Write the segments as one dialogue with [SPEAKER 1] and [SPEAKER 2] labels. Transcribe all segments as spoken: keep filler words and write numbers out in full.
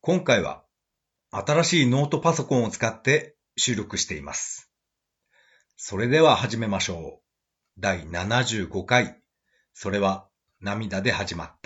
[SPEAKER 1] 今回は新しいノートパソコンを使って収録しています。それでは始めましょう。だいななじゅうごかい、それは涙で始まった。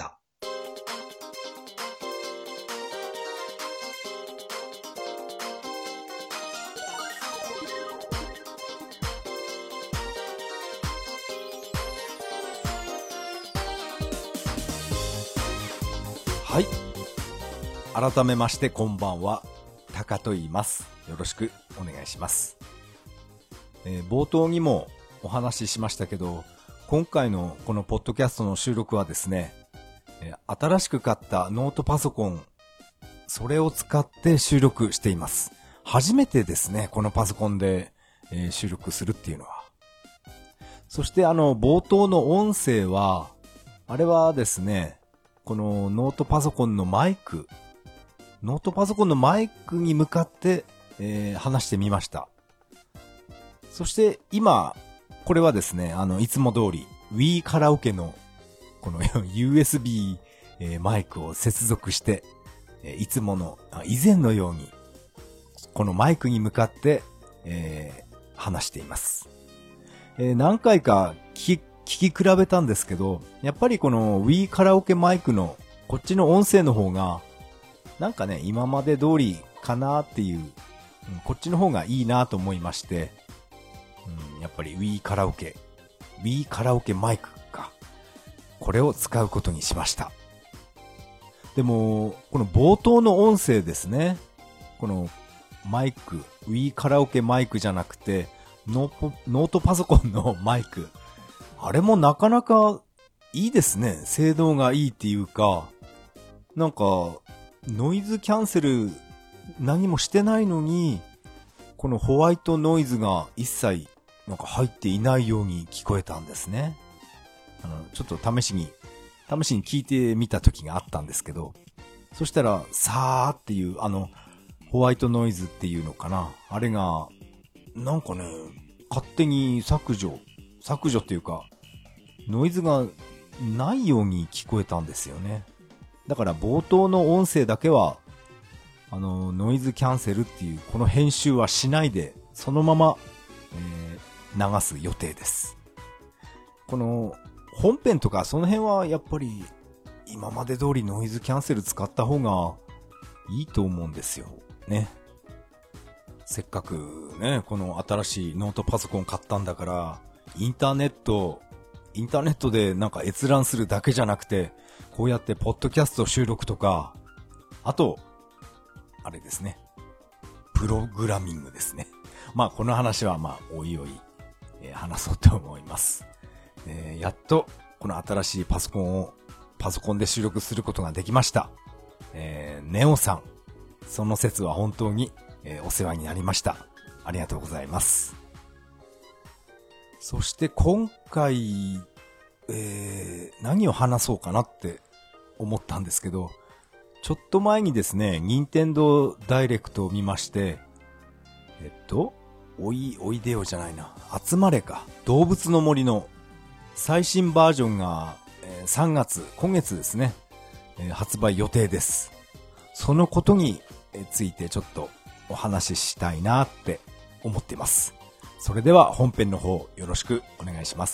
[SPEAKER 2] はい。改めましてこんばんは。タカと言います。よろしくお願いします。えー、冒頭にもお話ししましたけど、今回のこのポッドキャストの収録はですね、えー、新しく買ったノートパソコン、それを使って収録しています。初めてですね、このパソコンで、えー、収録するっていうのは。そしてあの冒頭の音声は、あれはですね、このノートパソコンのマイク、ノートパソコンのマイクに向かって、えー、話してみました。そして今、これはですね、あの、いつも通り Wii カラオケのこの ユーエスビー、えー、マイクを接続して、えー、いつもの、以前のように、このマイクに向かって、えー、話しています。えー、何回か聞き聞き比べたんですけど、やっぱりこの Wii カラオケマイクのこっちの音声の方がなんかね、今まで通りかなっていう、うん、こっちの方がいいなと思いまして、うん、やっぱり Wii カラオケ Wii カラオケマイクか、これを使うことにしました。でもこの冒頭の音声ですね、このマイク Wii カラオケマイクじゃなくてノー、ノートパソコンのマイク、あれもなかなかいいですね。性能がいいっていうか、なんかノイズキャンセル何もしてないのに、このホワイトノイズが一切なんか入っていないように聞こえたんですね。あのちょっと試しに試しに聞いてみた時があったんですけど、そしたらさーっていうあのホワイトノイズっていうのかな、あれがなんかね、勝手に削除削除っていうかノイズがないように聞こえたんですよね。だから冒頭の音声だけはあのノイズキャンセルっていうこの編集はしないでそのまま、えー、流す予定です。この本編とかその辺はやっぱり今まで通りノイズキャンセル使った方がいいと思うんですよね。せっかくね、この新しいノートパソコン買ったんだから、インターネット、インターネットでなんか閲覧するだけじゃなくて、こうやってポッドキャスト収録とか、あと、あれですね、プログラミングですね。まあこの話はまあおいおい、えー、話そうと思います。えー、やっとこの新しいパソコンをパソコンで収録することができました。えー、ネオさん、その説は本当に、えー、お世話になりました。ありがとうございます。そして今回、えー、何を話そうかなって思ったんですけど、ちょっと前にですね、任天堂ダイレクトを見まして、えっと、おい、おいでよじゃないな、集まれか、動物の森の最新バージョンが、えー、さんがつ、今月ですね、えー、発売予定です。そのことについてちょっとお話ししたいなって思っています。それでは本編の方よろしくお願いします。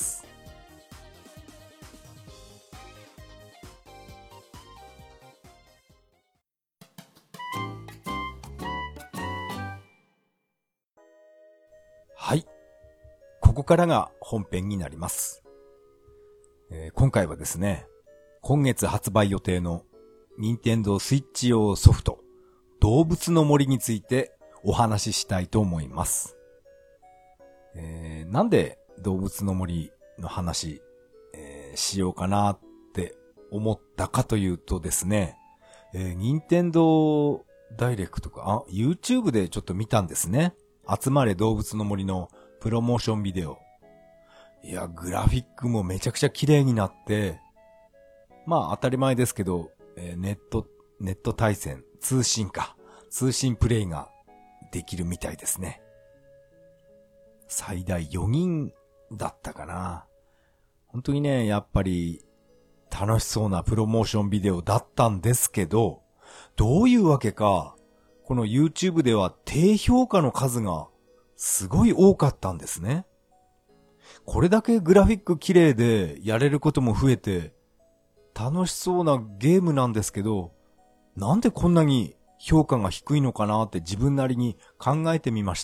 [SPEAKER 2] はい。ここからが本編になります。えー、今回はですね、今月発売予定の任天堂スイッチ用ソフト、動物の森についてお話ししたいと思います。えー、なんで動物の森の話、えー、しようかなって思ったかというとですね、えー、任天堂ダイレクトか、あ、YouTube でちょっと見たんですね。集まれ動物の森のプロモーションビデオ。いや、グラフィックもめちゃくちゃ綺麗になって、まあ当たり前ですけど、えー、ネット、ネット対戦、通信か、通信プレイができるみたいですね。最大よにんだったかな。本当にね、やっぱり楽しそうなプロモーションビデオだったんですけど、 どういうわけか、この YouTube では低評価の数がすごい多かったんですね。これだけグラフィック綺麗でやれることも増えて、楽しそうなゲームなんですけど、なんでこんなに評価が低いのかなって自分なりに考えてみました。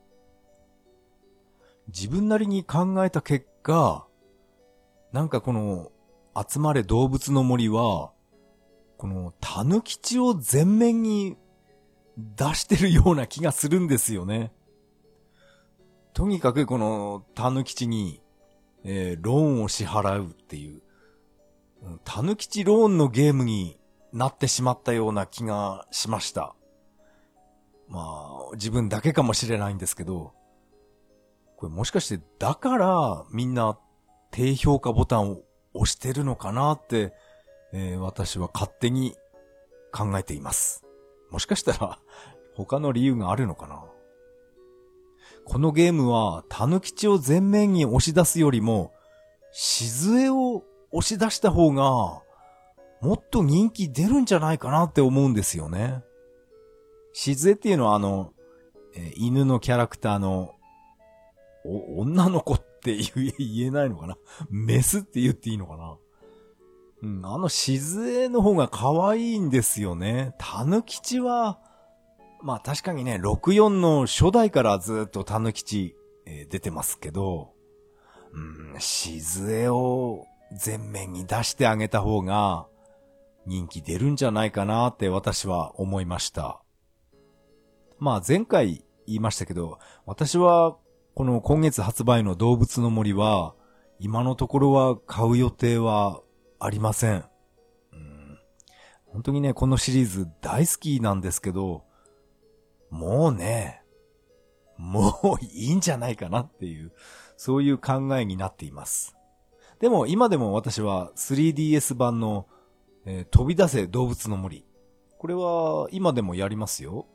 [SPEAKER 2] 自分なりに考えた結果、なんかこの集まれ動物の森は、このタヌキチを前面に出してるような気がするんですよね。とにかくこのタヌキチに、えー、ローンを支払うっていう、タヌキチローンのゲームになってしまったような気がしました。まあ、自分だけかもしれないんですけど、これもしかしてだからみんな低評価ボタンを押してるのかなって、えー、私は勝手に考えています。もしかしたら他の理由があるのかな。このゲームはタヌキチを前面に押し出すよりもシズエを押し出した方がもっと人気出るんじゃないかなって思うんですよね。シズエっていうのはあの、えー、犬のキャラクターのお女の子って言え、言えないのかな、メスって言っていいのかな。うん、あのシズエの方が可愛いんですよね。タヌキチは、まあ確かにね、ろくじゅうよんの初代からずっとタヌキチ、えー、出てますけど、うん、シズエを前面に出してあげた方が人気出るんじゃないかなって私は思いました。まあ前回言いましたけど、私はこの今月発売の動物の森は今のところは買う予定はありません。うん、本当にね、このシリーズ大好きなんですけど、もうね、もういいんじゃないかなっていう、そういう考えになっています。でも今でも私は スリーディーエス 版の、えー、飛び出せ動物の森。これは今でもやりますよ。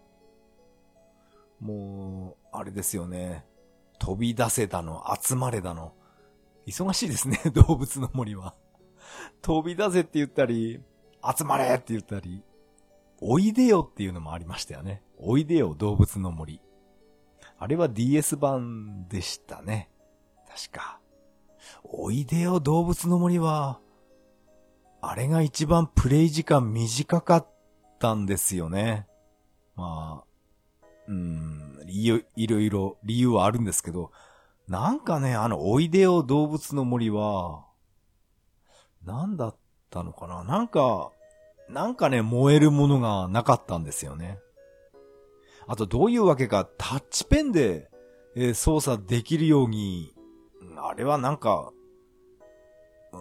[SPEAKER 2] もう、あれですよね。飛び出せだの、集まれだの。忙しいですね、動物の森は。飛び出せって言ったり、集まれって言ったり、おいでよっていうのもありましたよね。おいでよ動物の森。あれは ディーエス 版でしたね。確か。おいでよ動物の森は、あれが一番プレイ時間短かったんですよね。まあ、うーん、いろいろいろ理由はあるんですけど、なんかね、あの、おいでよ動物の森は、なんだったのかな、なんか、なんかね、燃えるものがなかったんですよね。あと、どういうわけか、タッチペンで、えー、操作できるように、あれはなんか、うん、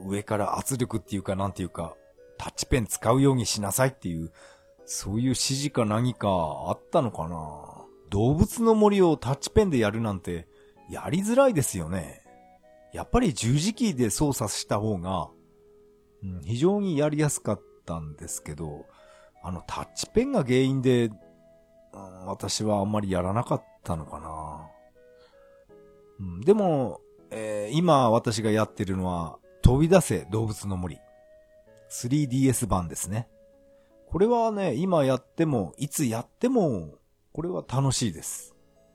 [SPEAKER 2] 上から圧力っていうか、なんていうか、タッチペン使うようにしなさいっていう、そういう指示か何かあったのかな。動物の森をタッチペンでやるなんて、やりづらいですよね。やっぱり十字キーで操作した方が、うん、非常にやりやすかったんですけど、あのタッチペンが原因で、うん、私はあんまりやらなかったのかな。うん、でも、えー、今私がやってるのは飛び出せ動物の森 スリーディーエス 版ですね。これはね、今やってもいつやってもこれは楽しいです。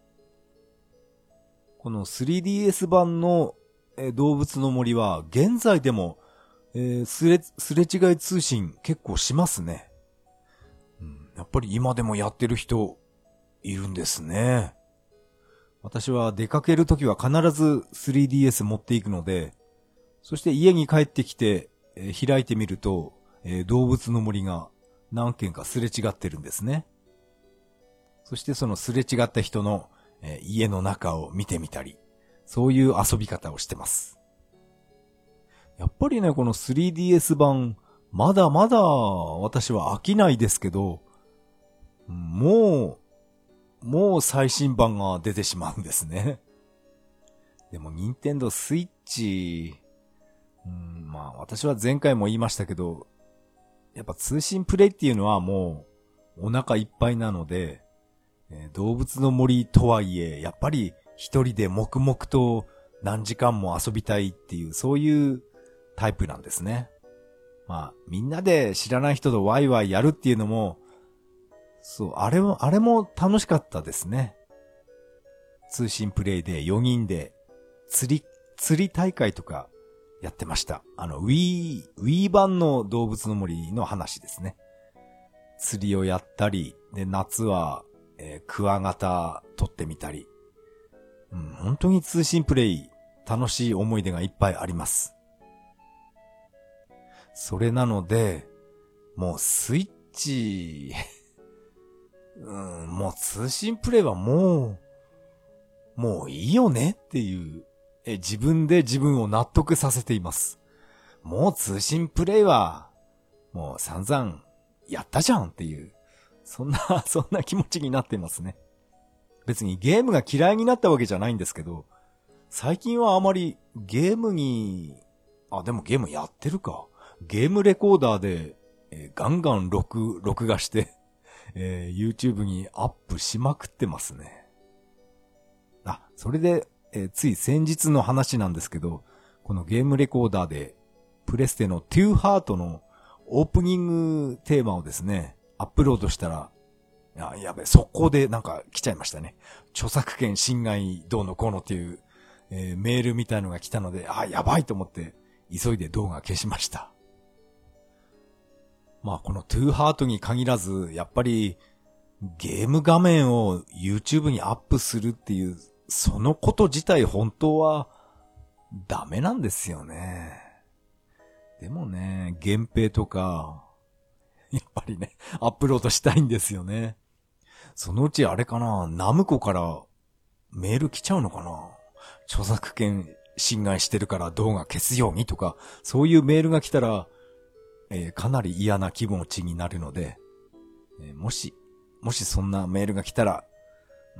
[SPEAKER 2] この スリーディーエス 版の、えー、動物の森は現在でも、えー、すれ、すれ違い通信結構しますね。うん、やっぱり今でもやってる人いるんですね。私は出かけるときは必ず スリーディーエス 持っていくので、そして家に帰ってきて、えー、開いてみると、えー、動物の森が何件かすれ違ってるんですね。そしてそのすれ違った人の、えー、家の中を見てみたり、そういう遊び方をしてます。やっぱりね、この スリーディーエス 版、まだまだ私は飽きないですけど、もう、もう最新版が出てしまうんですね。でも、ニンテンドースイッチ、うん、まあ私は前回も言いましたけど、やっぱ通信プレイっていうのはもうお腹いっぱいなので、えー、動物の森とはいえ、やっぱり一人で黙々と何時間も遊びたいっていう、そういうタイプなんですね。 まあ、みんなで知らない人とワイワイやるっていうのも、そう、あれも、あれも楽しかったですね。通信プレイでよにんで釣り、釣り大会とかやってました。あの、Wii、Wii 版の動物の森の話ですね。釣りをやったり、で、夏は、えー、クワガタ取ってみたり。うん、本当に通信プレイ、楽しい思い出がいっぱいあります。それなので、もうスイッチ、うん、もう通信プレイはもう、もういいよねっていう、え、自分で自分を納得させています。もう通信プレイは、もう散々やったじゃんっていう、そんな、そんな気持ちになってますね。別にゲームが嫌いになったわけじゃないんですけど、最近はあまりゲームに、あ、でもゲームやってるか。ゲームレコーダーで、えー、ガンガン録、録画して、えー、YouTube にアップしまくってますね。あ、それで、えー、つい先日の話なんですけど、このゲームレコーダーで、プレステのトゥーハートのオープニングテーマをですね、アップロードしたら、や、やべ、速攻でなんか来ちゃいましたね。著作権侵害どうのこうのっていう、えー、メールみたいのが来たので、あ、やばいと思って、急いで動画消しました。まあこのトゥーハートに限らず、やっぱりゲーム画面を YouTube にアップするっていう、そのこと自体本当はダメなんですよね。でもね、ゲームとか、やっぱりね、アップロードしたいんですよね。そのうちあれかな、ナムコからメール来ちゃうのかな。著作権侵害してるから動画消すようにとか、そういうメールが来たら、えー、かなり嫌な気持ちになるので、えー、もし、もしそんなメールが来たら、うん、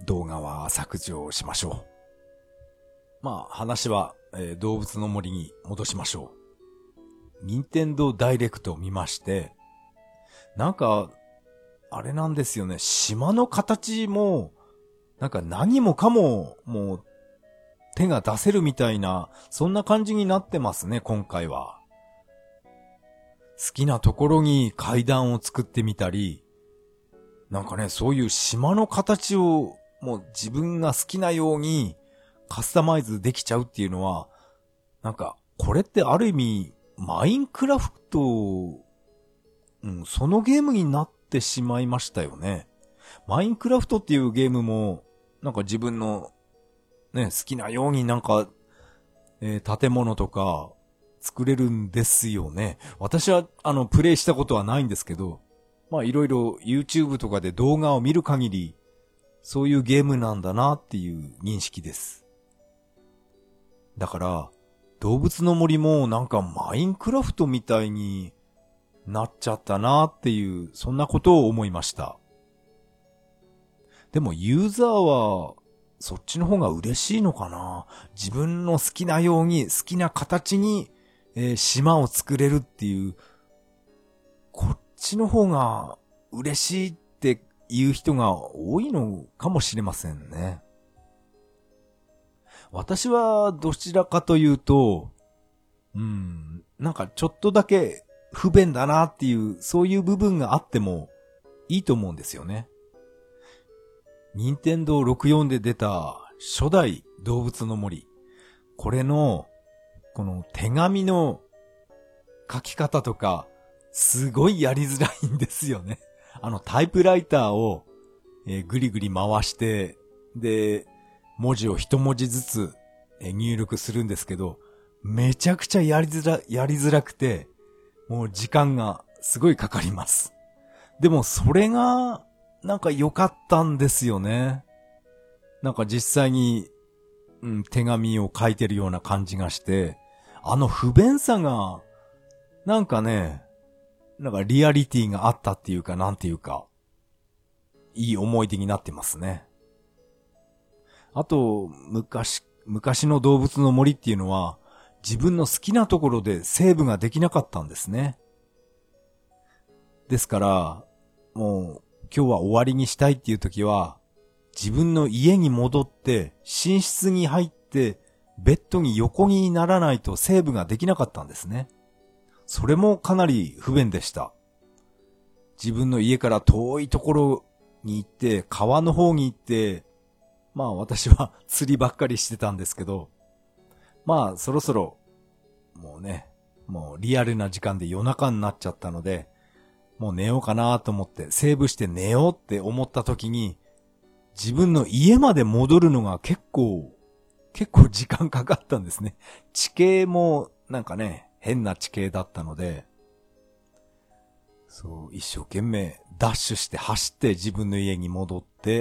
[SPEAKER 2] 動画は削除しましょう。まあ話は、えー、動物の森に戻しましょう。任天堂ダイレクトを見まして、なんか、あれなんですよね、島の形も、なんか何もかも、もう、手が出せるみたいな、そんな感じになってますね、今回は。好きなところに階段を作ってみたり、なんかね、そういう島の形をもう自分が好きなようにカスタマイズできちゃうっていうのは、なんか、これってある意味、マインクラフト、うん、そのゲームになってしまいましたよね。マインクラフトっていうゲームも、なんか自分の、ね、好きなようになんか、えー、建物とか、作れるんですよね。私は、あの、プレイしたことはないんですけど、まあいろいろ YouTube とかで動画を見る限り、そういうゲームなんだなっていう認識です。だから、動物の森もなんかマインクラフトみたいになっちゃったなっていう、そんなことを思いました。でもユーザーは、そっちの方が嬉しいのかな。自分の好きなように、好きな形に、えー、島を作れるっていう、こっちの方が嬉しいっていう人が多いのかもしれませんね。私はどちらかというと、うん、なんかちょっとだけ不便だなっていう、そういう部分があってもいいと思うんですよね。任天堂ろくじゅうよんで出た初代動物の森。これの、この手紙の書き方とか、すごいやりづらいんですよね。あのタイプライターを、えー、ぐりぐり回して、で、文字を一文字ずつ、えー、入力するんですけど、めちゃくちゃやりづら、やりづらくて、もう時間がすごいかかります。でもそれが、なんか良かったんですよね。なんか実際に、うん、手紙を書いてるような感じがして、あの不便さが、なんかね、なんかリアリティがあったっていうかなんていうか、いい思い出になってますね。あと、昔、昔の動物の森っていうのは、自分の好きなところでセーブができなかったんですね。ですから、もう今日は終わりにしたいっていう時は、自分の家に戻って寝室に入ってベッドに横にならないとセーブができなかったんですね。 それもかなり不便でした。自分の家から遠いところに行って、川の方に行って、まあ私は釣りばっかりしてたんですけど、まあそろそろ、もうね、もうリアルな時間で夜中になっちゃったので、もう寝ようかなと思って、セーブして寝ようって思った時に、自分の家まで戻るのが結構、結構時間かかったんですね。地形もなんかね、変な地形だったので、そう、一生懸命ダッシュして走って自分の家に戻って、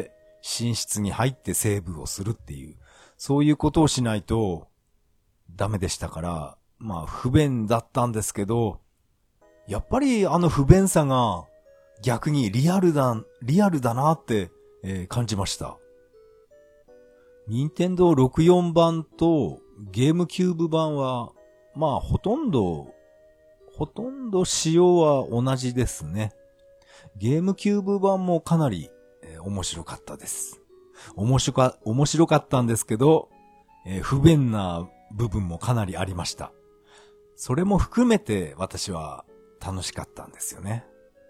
[SPEAKER 2] 寝室に入ってセーブをするっていう、そういうことをしないとダメでしたから、まあ不便だったんですけど、やっぱりあの不便さが逆にリアルだ、リアルだなって、えー、感じました。ニンテンドーろくじゅうよんばんとゲームキューブ版は、まあほとんど、ほとんど仕様は同じですね。ゲームキューブ版もかなり、えー、面白かったです。面白か、面白かったんですけど、えー、不便な部分もかなりありました。それも含めて私は楽しかったんですよね。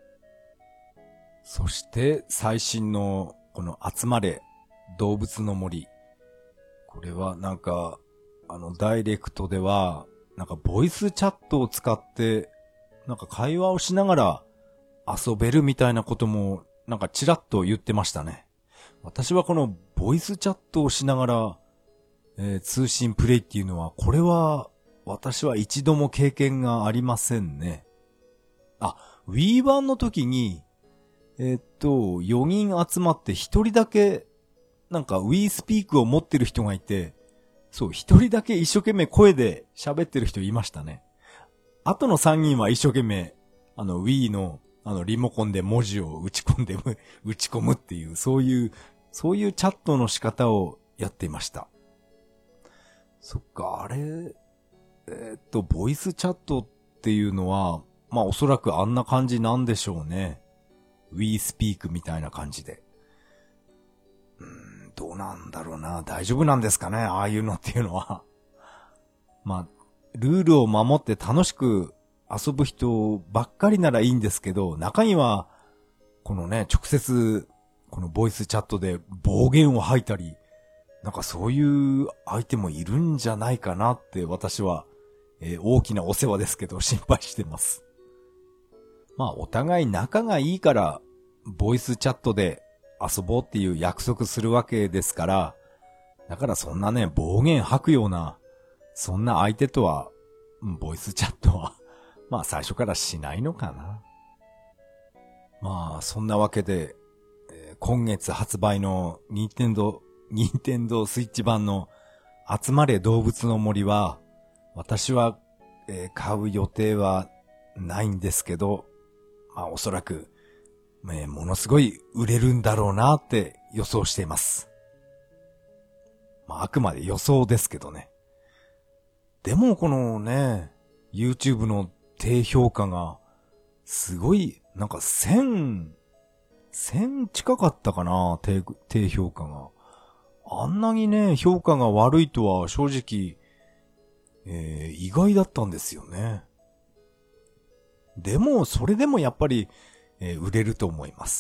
[SPEAKER 2] そして最新のこの集まれ動物の森。これはなんかあのダイレクトではなんかボイスチャットを使ってなんか会話をしながら遊べるみたいなこともなんかちらっと言ってましたね。私はこのボイスチャットをしながら、えー、通信プレイっていうのはこれは私は一度も経験がありませんね。あ、Wii 版の時にえー、っと、よにん集まってひとりだけ、なんか Wii スピークを持ってる人がいて、そう、ひとりだけ一生懸命声で喋ってる人いましたね。あとのさんにんは一生懸命、あの Wii の、あのリモコンで文字を打ち込んで、打ち込むっていう、そういう、そういうチャットの仕方をやっていました。そっか、あれ、えー、っと、ボイスチャットっていうのは、まあおそらくあんな感じなんでしょうね。We Speak みたいな感じで。うーん、どうなんだろうな。大丈夫なんですかね、ああいうのっていうのは。まあ、ルールを守って楽しく遊ぶ人ばっかりならいいんですけど、中には、このね、直接、このボイスチャットで暴言を吐いたり、なんかそういう相手もいるんじゃないかなって私は、えー、大きなお世話ですけど心配してます。まあお互い仲がいいから、ボイスチャットで遊ぼうっていう約束するわけですから、だからそんなね、暴言吐くような、そんな相手とは、ボイスチャットは、まあ最初からしないのかな。まあそんなわけで、えー、今月発売のニンテンドー、ニンテンドースイッチ版の集まれ動物の森は、私は、えー、買う予定はないんですけど、まあおそらく、えー、ものすごい売れるんだろうなって予想しています。まああくまで予想ですけどね。でもこのね、YouTube の低評価が、すごい、なんか千、千近かったかな、低、低評価が。あんなにね、評価が悪いとは正直、えー、意外だったんですよね。でも、それでもやっぱり、えー、売れると思います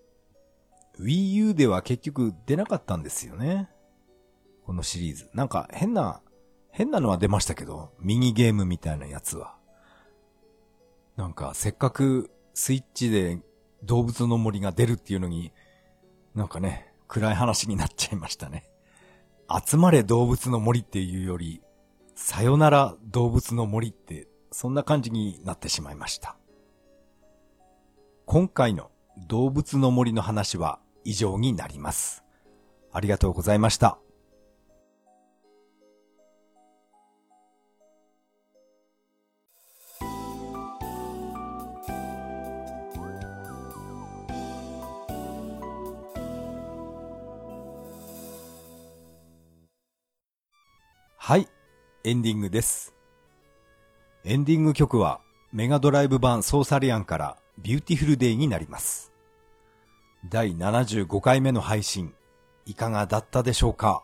[SPEAKER 2] 。Wii U では結局出なかったんですよね。このシリーズ。なんか変な、変なのは出ましたけど、ミニゲームみたいなやつは。なんかせっかくスイッチで動物の森が出るっていうのに、なんかね、暗い話になっちゃいましたね。集まれ動物の森っていうより、さよなら動物の森って、そんな感じになってしまいました。今回の動物の森の話は以上になります。ありがとうございました。はい、エンディングです。エンディング曲はメガドライブ版ソーサリアンからビューティフルデイになります。だいななじゅうごかいめの配信、いかがだったでしょうか？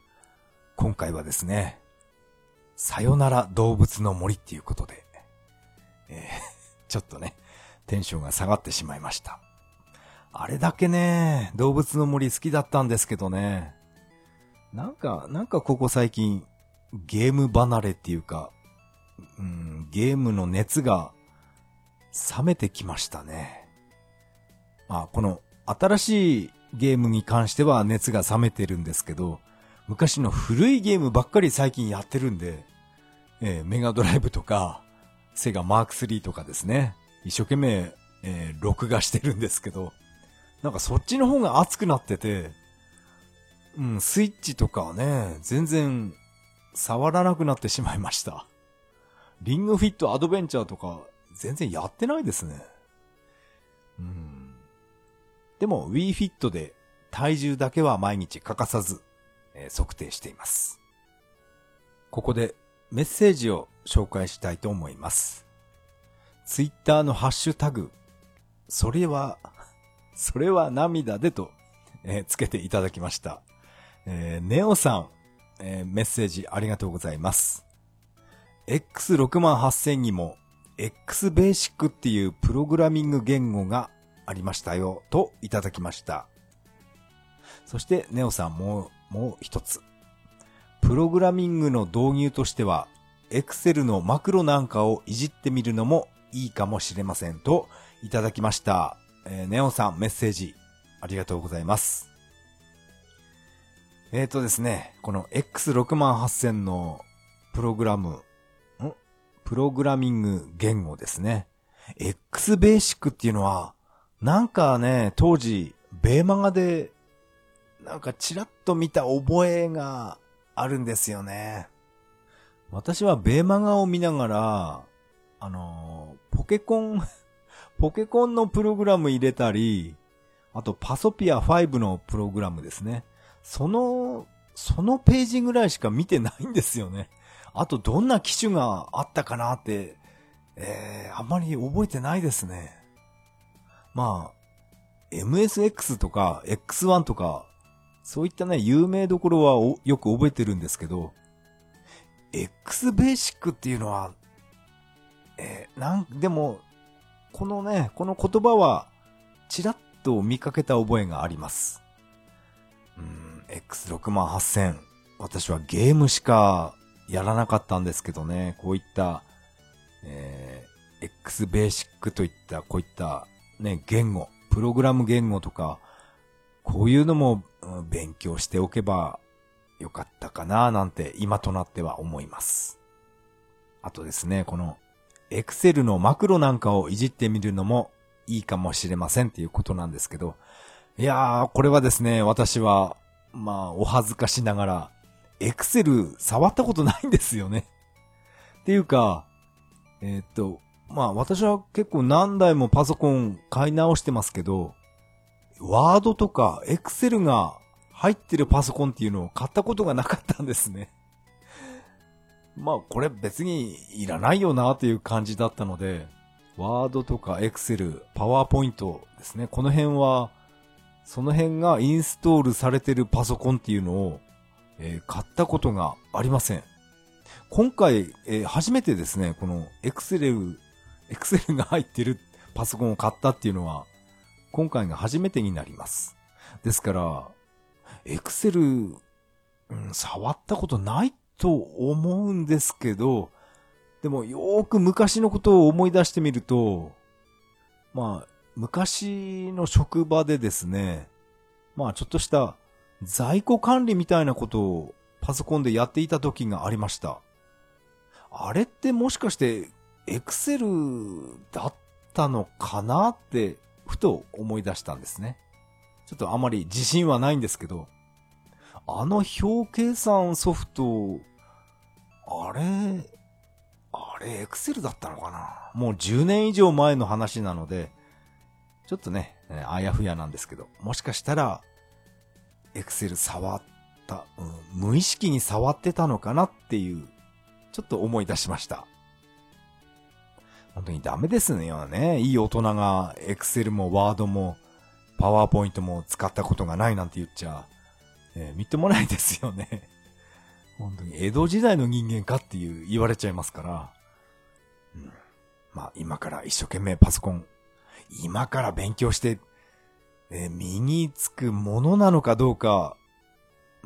[SPEAKER 2] 今回はですね、さよなら動物の森っていうことで、 えー、ちょっとね、テンションが下がってしまいました。あれだけね、動物の森好きだったんですけどね、なんか、なんかここ最近、ゲーム離れっていうか、うん、ゲームの熱が冷めてきましたね。まあ、この新しいゲームに関しては熱が冷めてるんですけど、昔の古いゲームばっかり最近やってるんで、えー、メガドライブとか、セガマークスリーとかですね、一生懸命、えー、録画してるんですけど、なんかそっちの方が熱くなってて、うん、スイッチとかはね、全然触らなくなってしまいました。リングフィットアドベンチャーとか全然やってないですね。うん。でも Wii Fit で体重だけは毎日欠かさず、えー、測定しています。ここでメッセージを紹介したいと思います。ツイッターのハッシュタグ、それは、それは涙でと、えー、つけていただきました。えー、ネオさん、えー、メッセージありがとうございます。エックスろくまんはっせん にも X ベーシックっていうプログラミング言語がありましたよといただきました。そしてネオさんもう、もう一つ。プログラミングの導入としては Excel のマクロなんかをいじってみるのもいいかもしれませんといただきました。えー、ネオさんメッセージありがとうございます。えーとですね、この エックスろくまんはっせん のプログラム、んプログラミング言語ですね。X ベーシックっていうのは、なんかね、当時、ベーマガで、なんかチラッと見た覚えがあるんですよね。私はベーマガを見ながら、あのー、ポケコン、ポケコンのプログラム入れたり、あとパソピアファイブのプログラムですね。その、そのページぐらいしか見てないんですよね。あとどんな機種があったかなって、えー、あんまり覚えてないですね。まあ、エムエスエックス とか エックスワン とか、そういったね、有名どころはよく覚えてるんですけど、X ベーシックっていうのは、えー、なん、でも、このね、この言葉は、ちらっと見かけた覚えがあります。うーん、エックスろくまんはっせん。私はゲームしかやらなかったんですけどね、こういった、えー、X ベーシックといった、こういったね、言語、プログラム言語とか、こういうのも、うん、勉強しておけばよかったかななんて今となっては思います。あとですね、この Excel のマクロなんかをいじってみるのもいいかもしれませんっていうことなんですけど、いやー、これはですね、私は、まあ、お恥ずかしながら、Excel 触ったことないんですよね。っていうか、えー、っと、まあ、私は結構何台もパソコン買い直してますけど、ワードとかエクセルが入ってるパソコンっていうのを買ったことがなかったんですね。まあこれ別にいらないよなっていう感じだったので、ワードとかエクセル、パワーポイントですね。この辺は、その辺がインストールされてるパソコンっていうのを、えー、買ったことがありません。今回、えー、初めてですね、このエクセル、エクセルが入ってるパソコンを買ったっていうのは、今回が初めてになります。ですから、エクセル、うん、触ったことないと思うんですけど、でもよーく昔のことを思い出してみると、まあ、昔の職場でですね、まあちょっとした在庫管理みたいなことをパソコンでやっていた時がありました。あれってもしかしてエクセルだったのかなってふと思い出したんですね。ちょっとあまり自信はないんですけど、あの表計算ソフト、あれ、あれエクセルだったのかな。もうじゅうねん以上前の話なので、ちょっとね、あやふやなんですけど、もしかしたら、エクセル触った、うん、無意識に触ってたのかなっていう、ちょっと思い出しました。本当にダメですよね。いい大人がエクセルもワードもパワーポイントも使ったことがないなんて言っちゃ、えー、みっともないですよね。本当に江戸時代の人間かっていう言われちゃいますから。うん、 まあ今から一生懸命パソコン、今から勉強して、えー、身につくものなのかどうか、うん、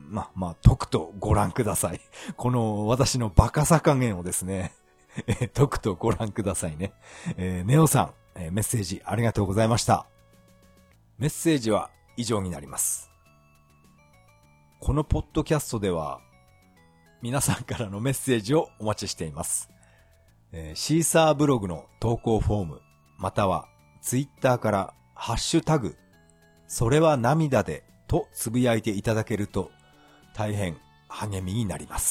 [SPEAKER 2] まあまあ、とくとご覧ください。この私のバカさ加減をですね、えー、とくとご覧くださいね。えー、ネオさん、えー、メッセージありがとうございました。メッセージは以上になります。このポッドキャストでは、皆さんからのメッセージをお待ちしています。えー、シーサーブログの投稿フォーム、またはツイッターからハッシュタグ、それは涙でとつぶやいていただけると大変励みになります。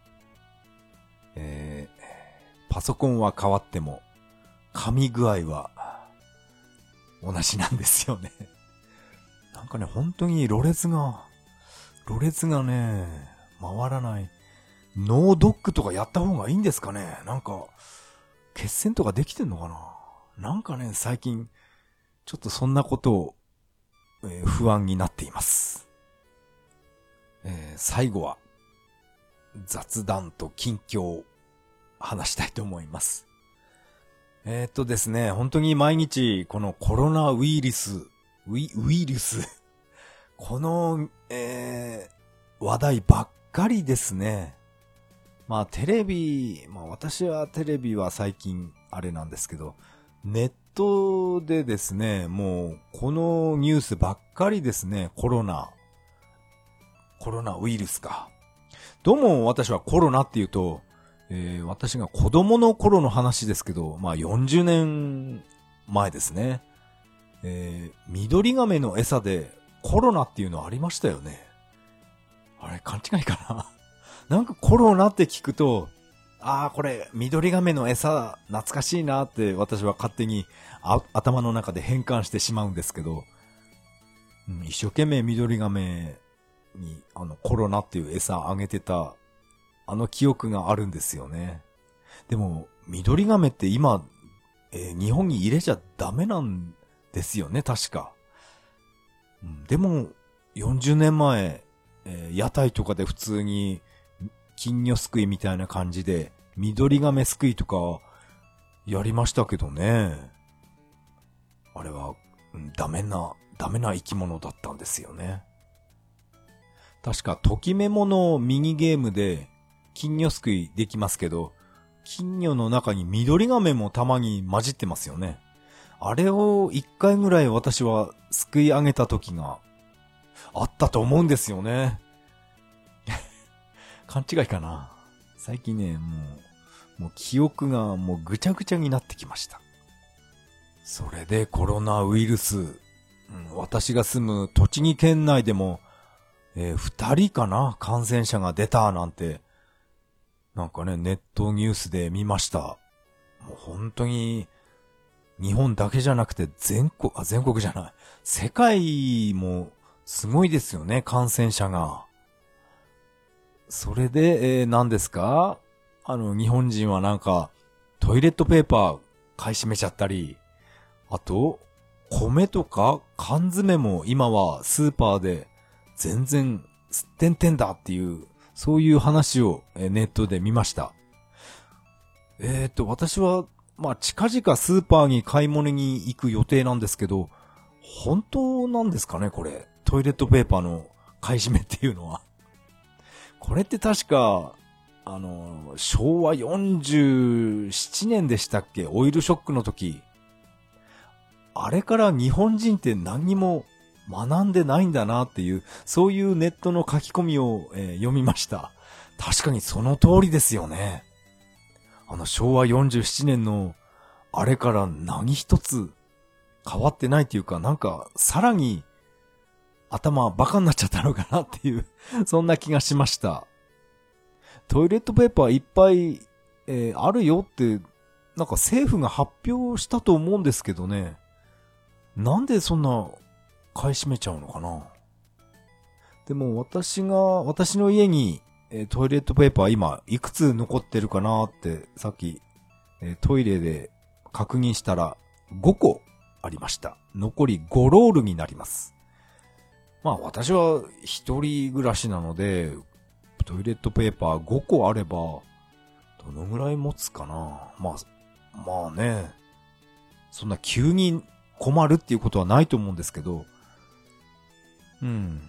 [SPEAKER 2] えー、パソコンは変わっても噛み具合は同じなんですよね。なんかね、本当にろれつが、ろれつがね、回らない。ノードックとかやった方がいいんですかね。なんか、血栓とかできてんのかな。なんかね、最近、ちょっとそんなことを、えー、不安になっています。えー、最後は、雑談と近況を話したいと思います。えー、っとですね、本当に毎日、このコロナウイルス、ウイ、ウイルス、この、えー、話題ばっかりですね。まあテレビ、まあ私はテレビは最近あれなんですけど、ネットでですね、もうこのニュースばっかりですね、コロナ、コロナウイルスか。どうも私はコロナっていうと、えー、私が子供の頃の話ですけど、まあよんじゅうねんまえですね。えー、緑亀の餌でコロナっていうのありましたよね。あれ勘違いかな。なんかコロナって聞くと、ああ、これ、緑亀の餌、懐かしいなって私は勝手にあ頭の中で変換してしまうんですけど、うん、一生懸命緑亀にあのコロナっていう餌あげてた、あの記憶があるんですよね。でも、緑亀って今、えー、日本に入れちゃダメなんですよね、確か。うん、でも、よんじゅうねんまえ、えー、屋台とかで普通に、金魚すくいみたいな感じで、緑亀すくいとか、やりましたけどね。あれは、うん、ダメな、ダメな生き物だったんですよね。確か、ときメモのミニゲームで、金魚すくいできますけど、金魚の中に緑亀もたまに混じってますよね。あれを一回ぐらい私はすくい上げた時があったと思うんですよね。勘違いかな。最近ね、もう、もう記憶がもうぐちゃぐちゃになってきました。それでコロナウイルス、うん、私が住む栃木県内でも、えー、二人かな感染者が出たなんて、なんかね、ネットニュースで見ました。もう本当に、日本だけじゃなくて全国、あ、全国じゃない。世界もすごいですよね、感染者が。それで、えー、何ですか？あの、日本人はなんか、トイレットペーパー買い占めちゃったり、あと、米とか缶詰も今はスーパーで全然すってんてんだっていう、そういう話をネットで見ました。えーと、私は、まあ、近々スーパーに買い物に行く予定なんですけど、本当なんですかね、これ。トイレットペーパーの買い占めっていうのは。これって確か、あの、しょうわよんじゅうななねんでしたっけ？オイルショックの時。あれから日本人って何にも学んでないんだなっていう、そういうネットの書き込みを、えー、読みました。確かにその通りですよね。あのしょうわよんじゅうななねんのあれから何一つ変わってないっていうか、なんかさらに頭バカになっちゃったのかなっていうそんな気がしました。トイレットペーパーいっぱい、えー、あるよってなんか政府が発表したと思うんですけどね。なんでそんな買い占めちゃうのかな。でも私が私の家に、えー、トイレットペーパー今いくつ残ってるかなってさっき、えー、トイレで確認したらごこありました。残りごロールになります。まあ私は一人暮らしなのでトイレットペーパーごこあればどのぐらい持つかな。まあまあね、そんな急に困るっていうことはないと思うんですけど、うん、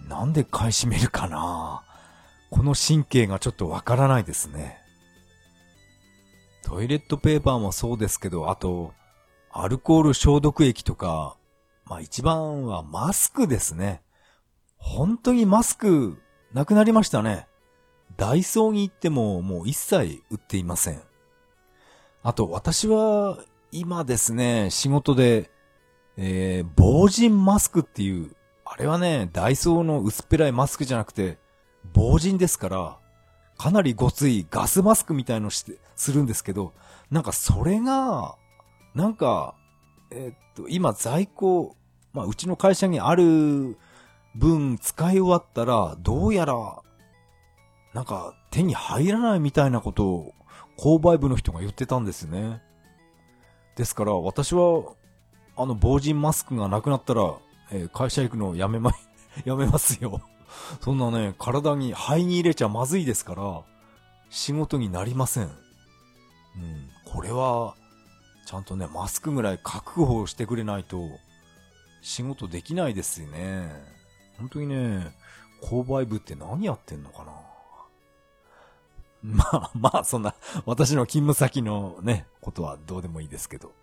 [SPEAKER 2] なんで買い占めるかな。この神経がちょっとわからないですね。トイレットペーパーもそうですけど、あと、アルコール消毒液とか、まあ一番はマスクですね。本当にマスクなくなりましたね。ダイソーに行ってももう一切売っていません。あと私は今ですね、仕事で、えー、防塵マスクっていう、あれはね、ダイソーの薄っぺらいマスクじゃなくて、防塵ですから、かなりごついガスマスクみたいのして、するんですけど、なんかそれが、なんか、えー、っと、今在庫、まあうちの会社にある分使い終わったら、どうやら、なんか手に入らないみたいなことを購買部の人が言ってたんですね。ですから私はあの防塵マスクがなくなったら、えー、会社行くのやめま、やめますよ。そんなね、体に肺に入れちゃまずいですから仕事になりません。うん、これはちゃんとね、マスクぐらい確保してくれないと仕事できないですよね。本当にね、購買部って何やってんのかな。まあまあ、そんな、私の勤務先のね、ことはどうでもいいですけど。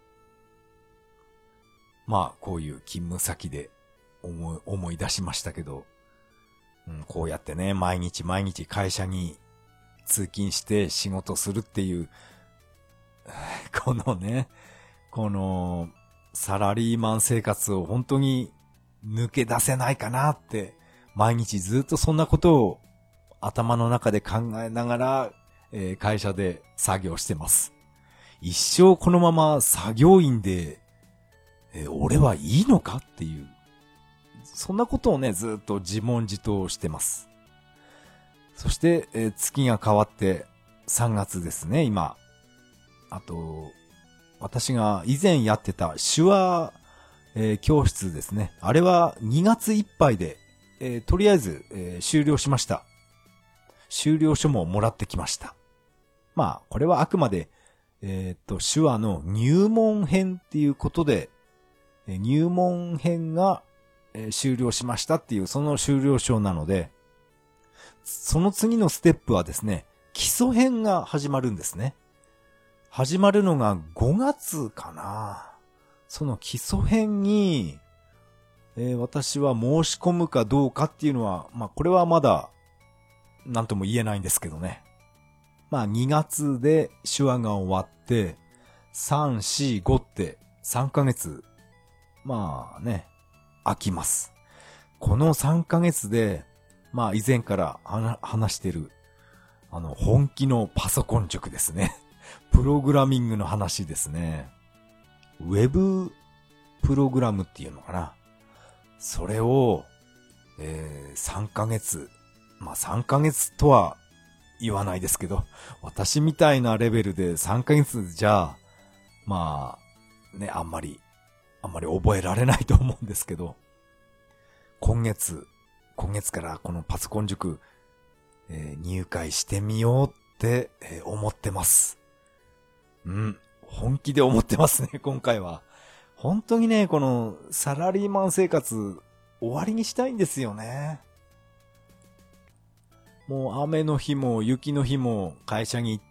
[SPEAKER 2] まあ、こういう勤務先で思い、思い出しましたけど、うん、こうやってね、毎日毎日会社に通勤して仕事するっていう、このね、このサラリーマン生活を本当に抜け出せないかなって、毎日ずっとそんなことを頭の中で考えながら、えー、会社で作業してます。一生このまま作業員で、えー、俺はいいのかっていう、そんなことをね、ずっと自問自答してます。そして、えー、月が変わってさんがつですね、今。あと、私が以前やってた手話、えー、教室ですね。あれはにがついっぱいで、えー、とりあえず、えー、終了しました。終了書ももらってきました。まあ、これはあくまで、えっと、手話の入門編っていうことで、えー、入門編が、えー、終了しましたっていう、その終了書なので、その次のステップはですね、基礎編が始まるんですね。始まるのがごがつかな。その基礎編に、えー、私は申し込むかどうかっていうのは、まあ、これはまだ、なんとも言えないんですけどね。まあにがつで手話が終わって、さん、し、ごってさんかげつ、まあね、空きます。このさんかげつで、まあ以前から話してる、あの本気のパソコン塾ですね。プログラミングの話ですね。ウェブプログラムっていうのかな。それを、えー、さんかげつ、まあさんかげつとは言わないですけど、私みたいなレベルでさんかげつじゃ、まあ、ね、あんまり、あんまり覚えられないと思うんですけど、今月、今月からこのパソコン塾、えー、入会してみようって、えー、思ってます。うん、本気で思ってますね、今回は。本当にね、このサラリーマン生活、終わりにしたいんですよね。もう雨の日も雪の日も会社に行って、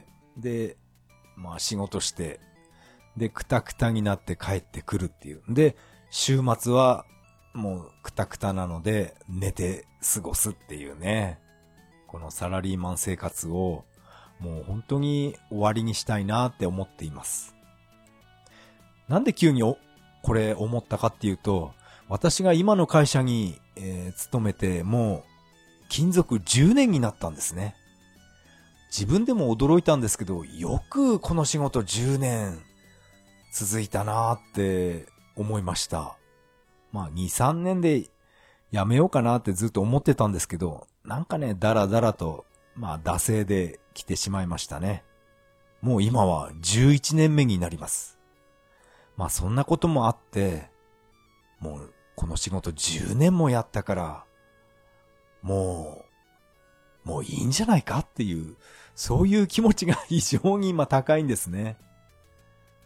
[SPEAKER 2] で、まあ仕事して、で、くたくたになって帰ってくるっていう。で、週末はもうくたくたなので寝て過ごすっていうね。このサラリーマン生活をもう本当に終わりにしたいなって思っています。なんで急にお、これ思ったかっていうと、私が今の会社に、えー、勤めてもう勤続じゅうねんになったんですね。自分でも驚いたんですけど、よくこの仕事じゅうねん続いたなーって思いました。まあに、さんねんでやめようかなってずっと思ってたんですけど、なんかね、だらだらと、まあ惰性で来てしまいましたね。もう今はじゅういちねんめになります。まあそんなこともあって、もうこの仕事じゅうねんもやったから、もう、もういいんじゃないかっていう、そういう気持ちが非常に今高いんですね。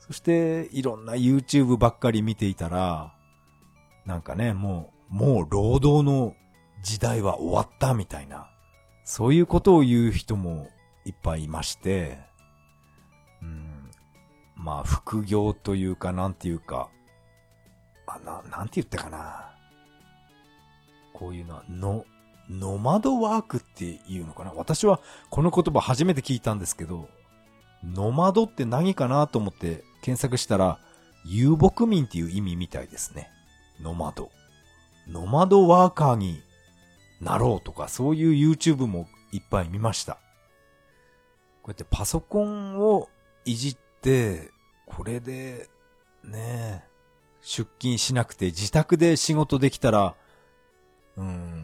[SPEAKER 2] そしていろんな YouTube ばっかり見ていたら、なんかね、もう、もう労働の時代は終わったみたいな、そういうことを言う人もいっぱいいまして、うん、まあ副業というかなんていうか、あな、なんて言ったかな。こういうのは、の、ノマドワークっていうのかな。私はこの言葉初めて聞いたんですけど、ノマドって何かなと思って検索したら、遊牧民っていう意味みたいですね。ノマド。ノマドワーカーになろうとか、そういう YouTube もいっぱい見ました。こうやってパソコンをいじって、これで、ね、出勤しなくて自宅で仕事できたら、うん、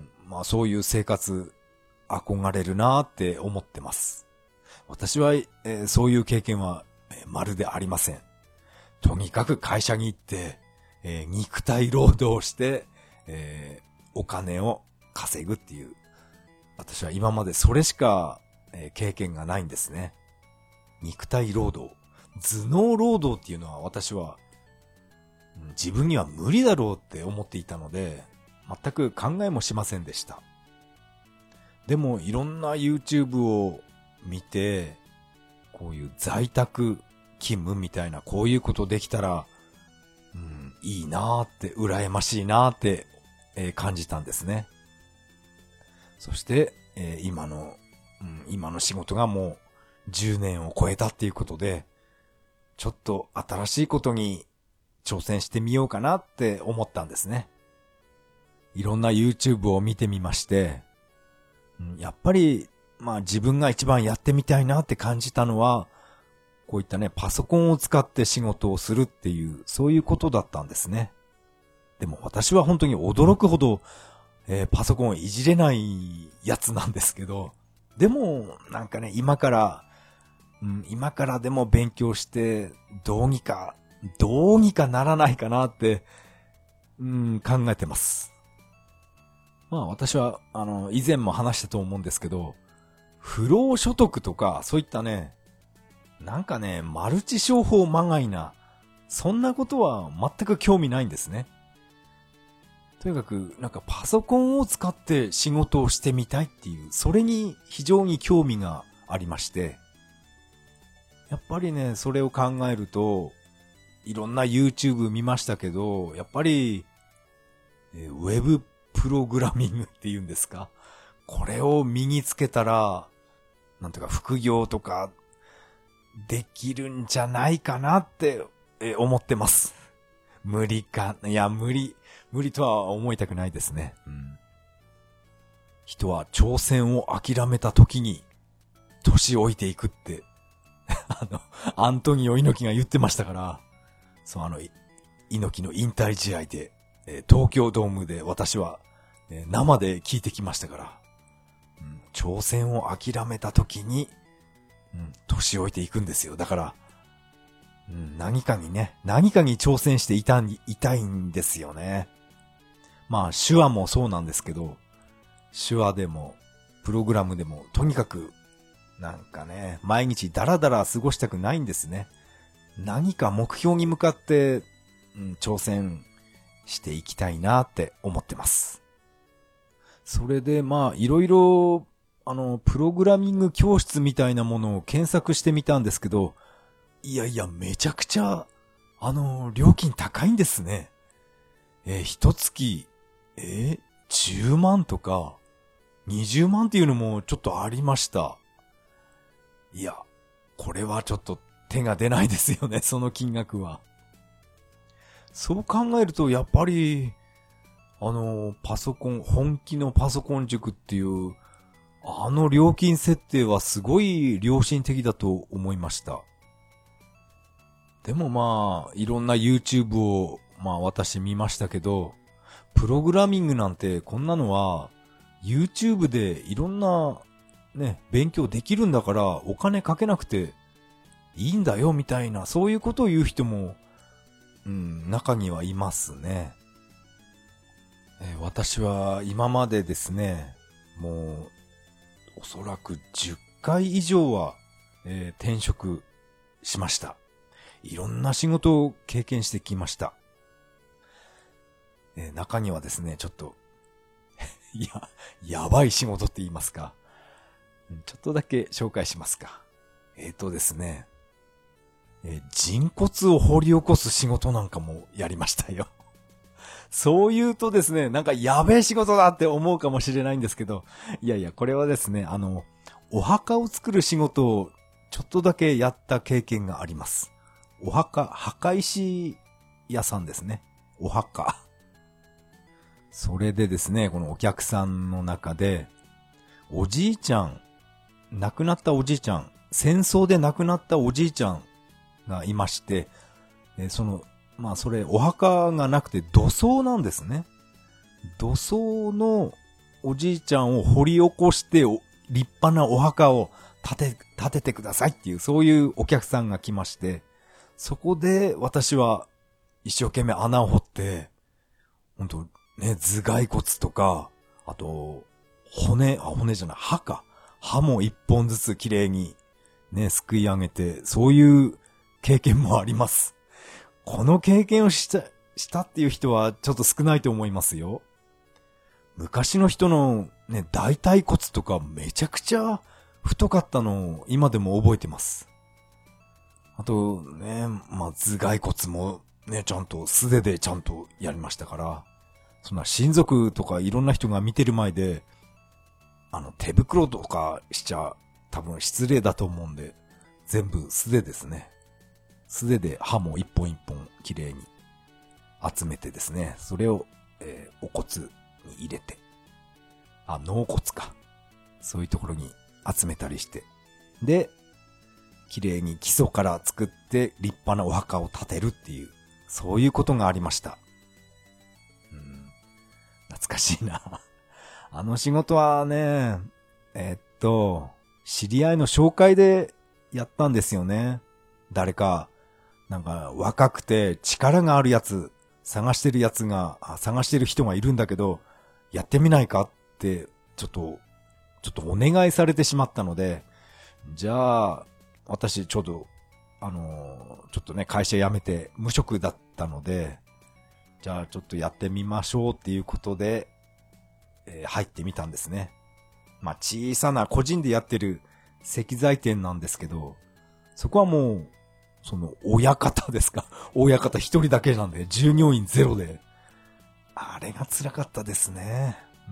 [SPEAKER 2] まあそういう生活憧れるなーって思ってます。私は、えー、そういう経験は、えー、まるでありません。とにかく会社に行って、えー、肉体労働して、えー、お金を稼ぐっていう。私は今までそれしか、えー、経験がないんですね。肉体労働。頭脳労働っていうのは私は、うん、自分には無理だろうって思っていたので、全く考えもしませんでした。でもいろんな YouTube を見て、こういう在宅勤務みたいなこういうことできたら、うん、いいなーって羨ましいなーって、えー、感じたんですね。そして、えー、今の、うん、今の仕事がもうじゅうねんを超えたっていうことで、ちょっと新しいことに挑戦してみようかなって思ったんですね。いろんな YouTube を見てみまして、やっぱり、まあ自分が一番やってみたいなって感じたのは、こういったね、パソコンを使って仕事をするっていう、そういうことだったんですね。でも私は本当に驚くほど、えー、パソコンをいじれないやつなんですけど、でも、なんかね、今から、うん、今からでも勉強して、どうにか、どうにかならないかなって、うん、考えてます。まあ私は、あの、以前も話したと思うんですけど、不労所得とか、そういったね、なんかね、マルチ商法まがいな、そんなことは全く興味ないんですね。とにかく、なんかパソコンを使って仕事をしてみたいっていう、それに非常に興味がありまして、やっぱりね、それを考えると、いろんな YouTube 見ましたけど、やっぱり、えウェブプログラミングっていうんですか？これを身につけたら、なんていうか副業とかできるんじゃないかなって思ってます。無理か、いや無理、無理とは思いたくないですね。うん、人は挑戦を諦めた時に年老いていくってあのアントニオ猪木が言ってましたから、そうあの猪木の引退試合で、えー、東京ドームで私は、えー、生で聞いてきましたから、うん、挑戦を諦めた時に、うん、年老いていくんですよ。だから、うん、何かにね、何かに挑戦していたん、いたいんですよね。まあ手話もそうなんですけど、手話でもプログラムでもとにかくなんかね、毎日ダラダラ過ごしたくないんですね。何か目標に向かって、うん、挑戦していきたいなって思ってます。それでまあいろいろあのプログラミング教室みたいなものを検索してみたんですけど、いやいやめちゃくちゃあの料金高いんですね。えー、一月えー、じゅうまんとかにじゅうまんっていうのもちょっとありました。いや、これはちょっと手が出ないですよね、その金額は。そう考えると、やっぱり、あの、パソコン、本気のパソコン塾っていう、あの料金設定はすごい良心的だと思いました。でもまあ、いろんな YouTube を、まあ私見ましたけど、プログラミングなんてこんなのは、YouTube でいろんな、ね、勉強できるんだからお金かけなくていいんだよみたいな、そういうことを言う人も、うん、中にはいますね。えー、私は今までですね、もう、おそらくじゅっかい以上は、えー、転職しました。 いろんな仕事を経験してきました。えー、中にはですね、ちょっと、いや、やばい仕事って言いますか。ちょっとだけ紹介しますか。えーとですね、えー、人骨を掘り起こす仕事なんかもやりましたよ。そう言うとですね、なんかやべえ仕事だって思うかもしれないんですけど、いやいや、これはですね、あの、お墓を作る仕事をちょっとだけやった経験があります。お墓、墓石屋さんですね。お墓。それでですね、このお客さんの中で、おじいちゃん、亡くなったおじいちゃん、戦争で亡くなったおじいちゃんがいまして、その、まあそれお墓がなくて土葬なんですね。土葬のおじいちゃんを掘り起こして立派なお墓を建て、建ててくださいっていう、そういうお客さんが来まして、そこで私は一生懸命穴を掘って、本当ね、頭蓋骨とか、あと、骨、あ、骨じゃない、歯か。歯も一本ずつ綺麗にね、すくい上げて、そういう経験もあります。この経験をした、したっていう人はちょっと少ないと思いますよ。昔の人のね、大腿骨とかめちゃくちゃ太かったのを今でも覚えてます。あとね、まあ頭蓋骨もね、ちゃんと素手でちゃんとやりましたから、そんな親族とかいろんな人が見てる前で、あの手袋とかしちゃ多分失礼だと思うんで、全部素手ですね。素手で歯も一本一本綺麗に集めてですね、それを、えー、お骨に入れて、あ、納骨か。そういうところに集めたりして、で、綺麗に基礎から作って立派なお墓を建てるっていう、そういうことがありました。うん、懐かしいな。あの仕事はね、えー、っと、知り合いの紹介でやったんですよね。誰か、なんか若くて力があるやつ、探してるやつが、探してる人がいるんだけど、やってみないかって、ちょっと、ちょっとお願いされてしまったので、じゃあ、私ちょっと、あのー、ちょっとね、会社辞めて無職だったので、じゃあちょっとやってみましょうっていうことで、えー、入ってみたんですね。まあ小さな個人でやってる石材店なんですけど、そこはもう、その親方ですか。親方一人だけなんで、従業員ゼロで。あれが辛かったですね。うん。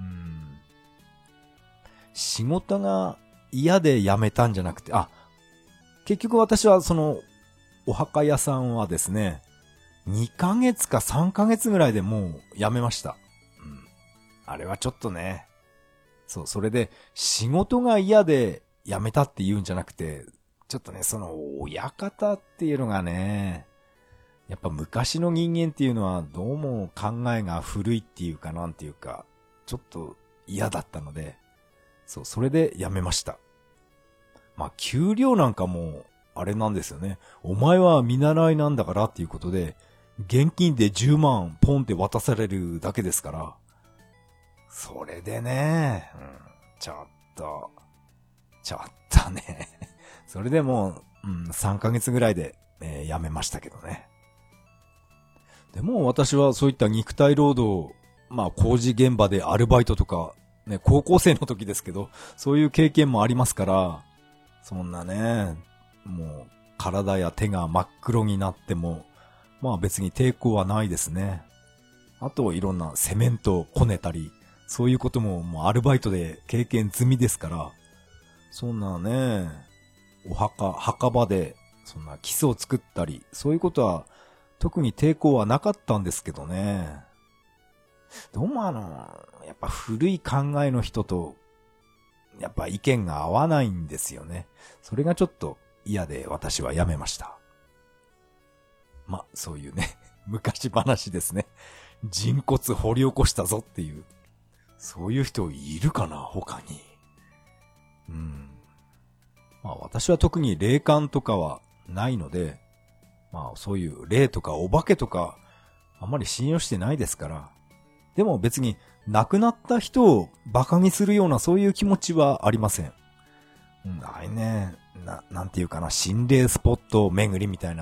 [SPEAKER 2] 仕事が嫌で辞めたんじゃなくて、あ、結局私はその、お墓屋さんはですね、にかげつかさんかげつぐらいでもう辞めました。うん。あれはちょっとね、そう、それで仕事が嫌で辞めたって言うんじゃなくて、ちょっとね、その親方っていうのがね、やっぱ昔の人間っていうのはどうも考えが古いっていうかなんていうか、ちょっと嫌だったので、そう、それで辞めました。まあ、給料なんかも、あれなんですよね。お前は見習いなんだからっていうことで、現金でじゅうまんポンって渡されるだけですから。それでね、うん、ちょっと、ちょっとね。それでもう、うん、さんかげつぐらいで、えー、辞めましたけどね。でも私はそういった肉体労働、まあ工事現場でアルバイトとか、ね、高校生の時ですけど、そういう経験もありますから、そんなね、もう体や手が真っ黒になっても、まあ別に抵抗はないですね。あといろんなセメントをこねたり、そういうことももうアルバイトで経験済みですから、そんなね、お墓、墓場でそんな基礎を作ったり、そういうことは特に抵抗はなかったんですけどね。どうもあの、やっぱ古い考えの人と、やっぱ意見が合わないんですよね。それがちょっと嫌で私はやめました。ま、そういうね、昔話ですね。人骨掘り起こしたぞっていう。そういう人いるかな、他に。うん。まあ私は特に霊感とかはないので、まあそういう霊とかお化けとかあんまり信用してないですから。でも別に亡くなった人を馬鹿にするようなそういう気持ちはありません。うん、あれね、な、なんていうかな、心霊スポット巡りみたいな、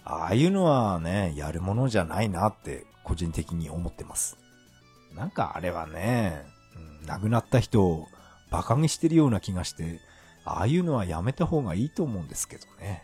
[SPEAKER 2] ああいうのはね、やるものじゃないなって個人的に思ってます。なんかあれはね、うん、亡くなった人を馬鹿にしてるような気がして、ああいうのはやめた方がいいと思うんですけどね。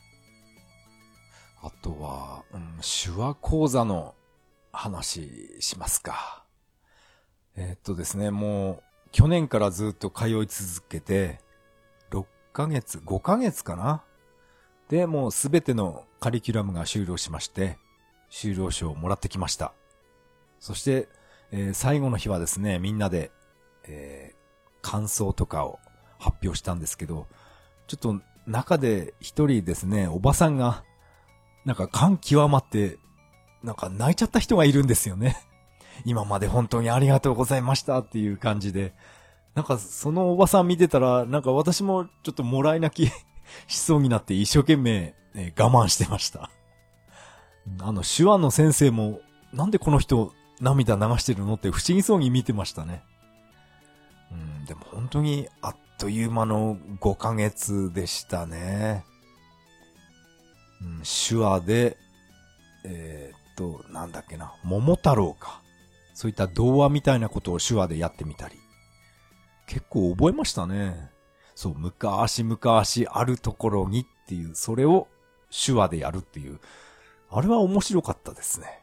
[SPEAKER 2] あとは、うん、手話講座の話しますか。えー、っとですね、もう去年からずっと通い続けて、ろっかげつ、ごかげつかな。で、もうすべてのカリキュラムが終了しまして、修了証をもらってきました。そして、えー、最後の日はですね、みんなで、えー、感想とかを発表したんですけど、ちょっと中で一人ですね、おばさんが、なんか感極まって、なんか泣いちゃった人がいるんですよね。今まで本当にありがとうございましたっていう感じで、なんかそのおばさん見てたら、なんか私もちょっともらい泣きしそうになって一生懸命、ね、我慢してました。あの手話の先生も、なんでこの人涙流してるのって不思議そうに見てましたね。うん、でも本当にあっという間のごかげつでしたね。うん、手話で、えー、っと、なんだっけな、桃太郎か。そういった童話みたいなことを手話でやってみたり。結構覚えましたね。そう、昔々あるところにっていう、それを手話でやるっていう。あれは面白かったですね。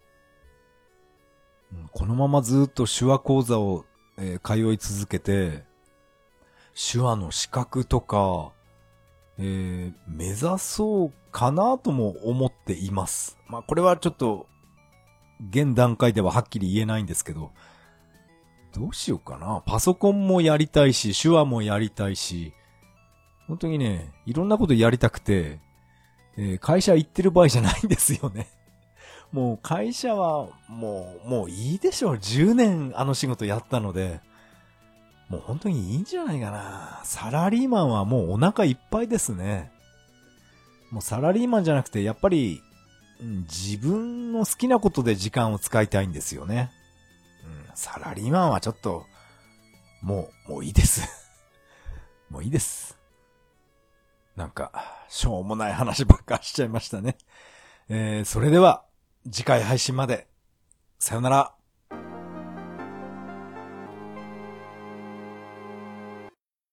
[SPEAKER 2] うん、このままずっと手話講座を、えー、通い続けて、手話の資格とか、えー、目指そうかなとも思っています。まあこれはちょっと現段階でははっきり言えないんですけど、どうしようかな。パソコンもやりたいし、手話もやりたいし、本当にね、いろんなことやりたくて、えー、会社行ってる場合じゃないんですよね。もう会社はもう、もういいでしょう。じゅうねんあの仕事やったので、もう本当にいいんじゃないかな。サラリーマンはもうお腹いっぱいですね。もうサラリーマンじゃなくて、やっぱり、うん、自分の好きなことで時間を使いたいんですよね。うん、サラリーマンはちょっと、もう、もういいです。もういいです。なんか、しょうもない話ばっかしちゃいましたね。えー、それでは、次回配信まで。さよなら。